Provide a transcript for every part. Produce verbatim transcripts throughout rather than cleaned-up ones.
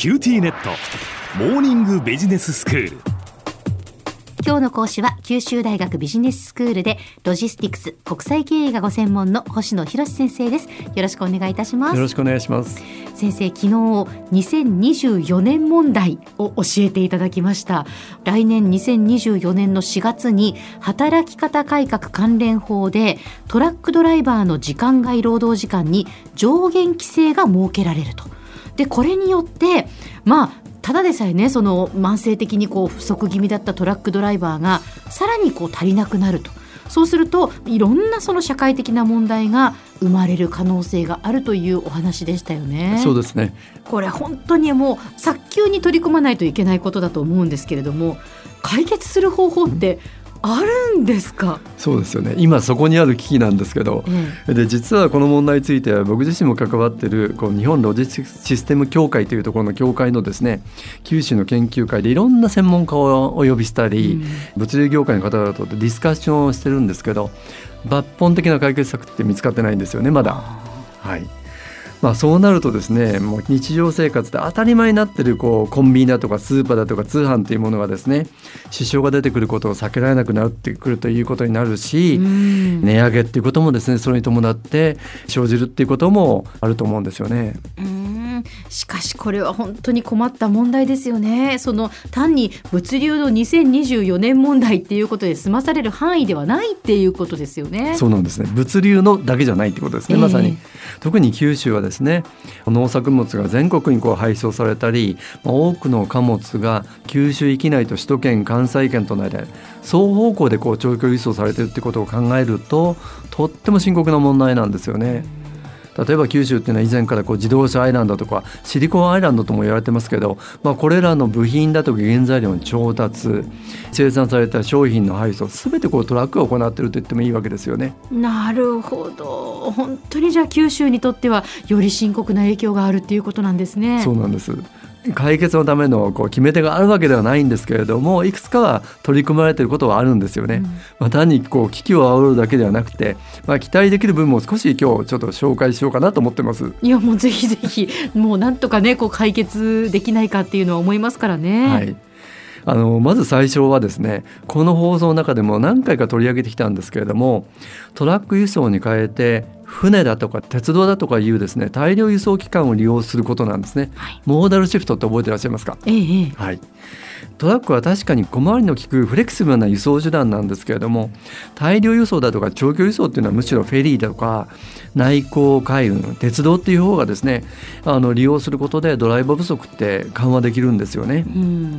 キューティーネットモーニングビジネススクール。 今日の講師は九州大学ビジネススクールでロジスティクス国際経営がご専門の星野博先生です。よろしくお願いいたします。 よろしくお願いします。 先生、昨日にせんにじゅうよねん問題を教えていただきました。来年にせんにじゅうよねんのしがつに働き方改革関連法でトラックドライバーの時間外労働時間に上限規制が設けられると。でこれによってまあただでさえね、その慢性的にこう不足気味だったトラックドライバーがさらにこう足りなくなると。そうするといろんなその社会的な問題が生まれる可能性があるというお話でしたよね。 そうですね。 これ本当にもう早急に取り組まないといけないことだと思うんですけれども、解決する方法ってあるんですか？ そうですよね。今そこにある危機なんですけど、うん、で実はこの問題については僕自身も関わっているこう日本ロジスティクスシステム協会というところの協会のですね、九州の研究会でいろんな専門家をお呼びしたり、うん、物流業界の方々とディスカッションをしてるんですけど、抜本的な解決策って見つかってないんですよね、まだ。はい。まあ、そうなるとですね、もう日常生活で当たり前になっているこうコンビニだとかスーパーだとか通販というものがですね、支障が出てくることを避けられなくなってくるということになるし、値上げっていうこともですね、それに伴って生じるっていうこともあると思うんですよね。 うーん、しかしこれは本当に困った問題ですよね。その単に物流のにせんにじゅうよねん問題っていうことで済まされる範囲ではないっていうことですよね。 そうなんですね。物流のだけじゃないってことですね、えー、まさに。特に九州はですね、農作物が全国にこう配送されたり、多くの貨物が九州域内と首都圏関西圏との間で双方向でこう長距離輸送されているってことを考えると、とっても深刻な問題なんですよね。例えば九州っていうのは以前からこう自動車アイランドとかシリコンアイランドとも言われてますけど、まあ、これらの部品だとか原材料の調達、生産された商品の配送、すべてこうトラックが行っていると言ってもいいわけですよね。 なるほど。本当にじゃあ九州にとってはより深刻な影響があるっていうことなんですね。 そうなんです。解決のためのこう決め手があるわけではないんですけれども、いくつかは取り組まれていることはあるんですよね。うん、まあ、単にこう危機を煽るだけではなくて、まあ、期待できる部分も少し今日ちょっと紹介しようかなと思ってます。 いや、もうぜひぜひもうなんとかね、こう解決できないかっていうのは思いますからね。 はい。あのまず最初はですね、この放送の中でも何回か取り上げてきたんですけれども、トラック輸送に変えて船だとか鉄道だとかいうですね、大量輸送機関を利用することなんですね。はい、モーダルシフトって覚えていらっしゃいますか？ ええ、 はい。トラックは確かに小回りの利くフレキシブルな輸送手段なんですけれども、大量輸送だとか長距離輸送っていうのはむしろフェリーだとか内航海運、鉄道っていう方がですね、あの利用することでドライバー不足って緩和できるんですよね。うん、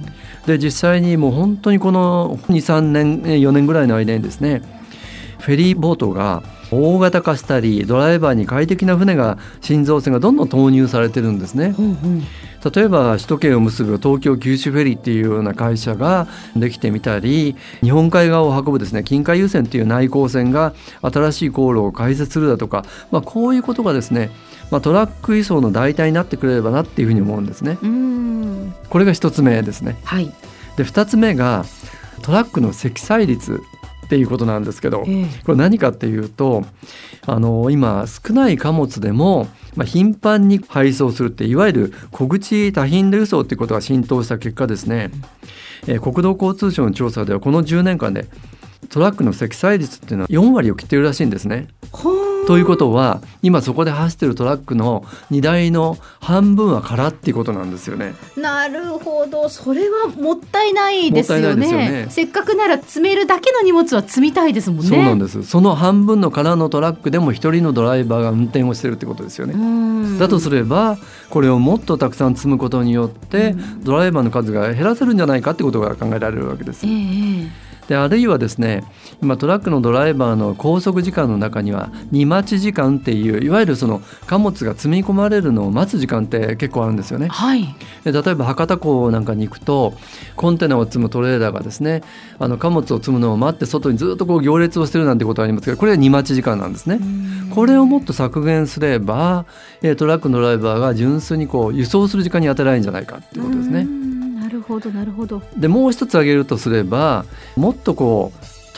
で実際にもう本当にこのにさんねんよねんぐらいの間にですね、フェリーボートが大型化したり、ドライバーに快適な船が新造船がどんどん投入されてるんですね。うんうん、例えば首都圏を結ぶ東京九州フェリーっていうような会社ができてみたり、日本海側を運ぶですね、近海輸船っていう内航船が新しい航路を開設するだとか、まあ、こういうことがですね、まあ、トラック輸送の代替になってくれればなっていうふうに思うんですね。うーん、これが一つ目ですね。 はい、 で二つ目がトラックの積載率っていうことなんですけど、えー、これ何かっていうと、あの今少ない貨物でも、まあ、頻繁に配送するって、いわゆる小口多頻度輸送っていうことが浸透した結果ですね、えー、国土交通省の調査ではこのじゅうねんかんでトラックの積載率っていうのはよんわりを切っているらしいんですね。ということは、今そこで走っているトラックの荷台の半分は空っていうことなんですよね。 なるほど。それはもったいないですよね。 もったいないですよね。 せっかくなら積めるだけの荷物は積みたいですもんね。 そうなんです。その半分の空のトラックでも一人のドライバーが運転をしているってことですよね。うん、だとすればこれをもっとたくさん積むことによって、うん、ドライバーの数が減らせるんじゃないかってことが考えられるわけです。えーであるいはですね、今トラックのドライバーの拘束時間の中には荷待ち時間っていう、いわゆるその貨物が積み込まれるのを待つ時間って結構あるんですよね。 はい、 で例えば博多港なんかに行くと、コンテナを積むトレーラーがですね、あの貨物を積むのを待って外にずっとこう行列をしてるなんてことがありますけど、これは荷待ち時間なんですね。これをもっと削減すれば、トラックのドライバーが純粋にこう輸送する時間に当てられるんじゃないかっていうことですね。 なるほどなるほど。 でもう一つ挙げるとすれば、もっとこうト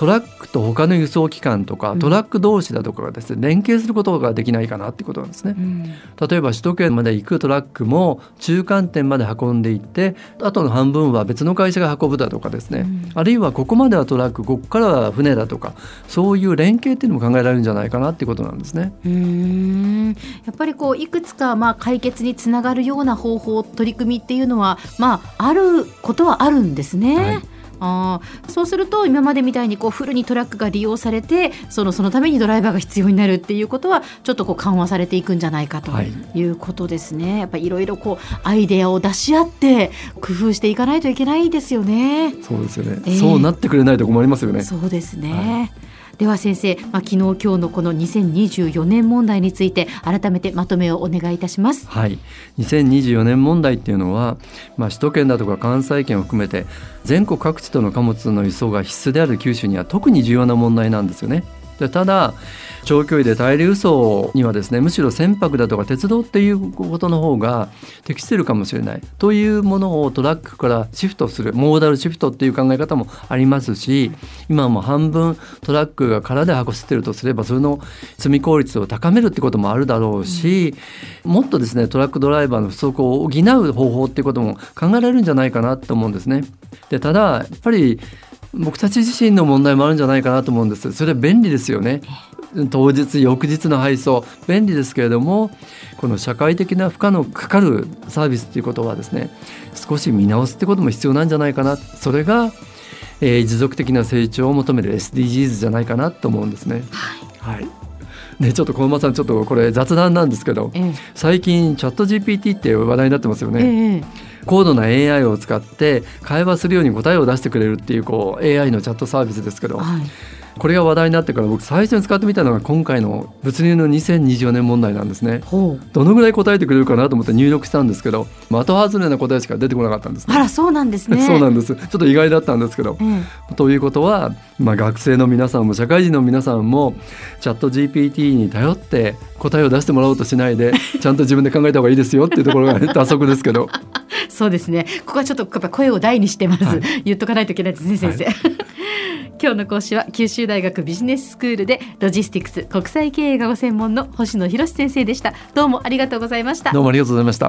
トラックと他の輸送機関とかトラック同士だとかがですね、連携することができないかなってことなんですね、うん、例えば首都圏まで行くトラックも中間点まで運んでいってあとの半分は別の会社が運ぶだとかですね、うん、あるいはここまではトラックここからは船だとかそういう連携っていうのも考えられるんじゃないかなっていうことなんですね。 うーんやっぱりこういくつかまあ解決につながるような方法取り組みっていうのは、まあ、あることはあるんですね、はい。あそうすると今までみたいにこうフルにトラックが利用されてその、そのためにドライバーが必要になるっていうことはちょっとこう緩和されていくんじゃないかということですね、はい、やっぱりいろいろこうアイデアを出し合って工夫していかないといけないですよね。 そうですよね、えー、そうなってくれないと困りますよね。 そうですね、はい。では先生、まあ、昨日今日のこのにせんにじゅうよねん問題について改めてまとめをお願いいたします。 はい、にせんにじゅうよねん問題っていうのは、まあ、首都圏だとか関西圏を含めて全国各地との貨物の輸送が必須である九州には特に重要な問題なんですよね。でただ長距離で大量輸送にはですねむしろ船舶だとか鉄道っていうことの方が適しているかもしれないというものをトラックからシフトするモーダルシフトっていう考え方もありますし今も半分トラックが空で運ばせてるとすればそれの積み効率を高めるってこともあるだろうし、うん、もっとですねトラックドライバーの不足を補う方法っていうことも考えられるんじゃないかなと思うんですね。でただやっぱり僕たち自身の問題もあるんじゃないかなと思うんです。それは便利ですよね。当日翌日の配送便利ですけれどもこの社会的な負荷のかかるサービスということはですね少し見直すってことも必要なんじゃないかな。それが、えー、持続的な成長を求める エスディージーズ じゃないかなと思うんですね。はい、はいね、ちょっと小馬さんちょっとこれ雑談なんですけど、ええ、最近チャット ジーピーティー って話題になってますよね、ええ高度な エーアイ を使って会話するように答えを出してくれるっていう、こう エーアイ のチャットサービスですけど、はい、これが話題になってから僕最初に使ってみたのが今回の物流のにせんにじゅうよねん問題なんですね。どのぐらい答えてくれるかなと思って入力したんですけど的外れな答えしか出てこなかったんですね。 あらそうなんですねそうなんです。ちょっと意外だったんですけど、うん、ということは、まあ、学生の皆さんも社会人の皆さんもチャット ジーピーティー に頼って答えを出してもらおうとしないでちゃんと自分で考えた方がいいですよっていうところが打足ですけどそうですね。ここはちょっとやっぱ声を大にしてまず、はい、言っとかないといけないですね先生、はい、今日の講師は九州大学ビジネススクールでロジスティクス国際経営がご専門の星野博先生でした。どうもありがとうございました。 どうもありがとうございました。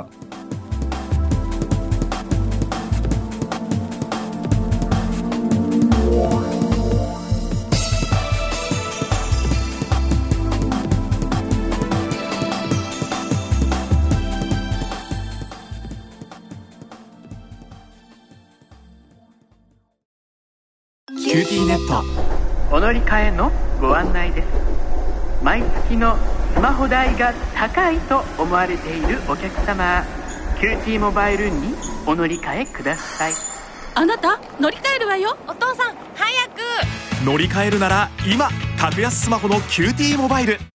キューティーネットお乗り換えのご案内です。毎月のスマホ代が高いと思われているお客様、キューティーモバイルにお乗り換えください。 あなた乗り換えるわよ。お父さん早く。 乗り換えるなら今格安スマホの キューティーモバイル。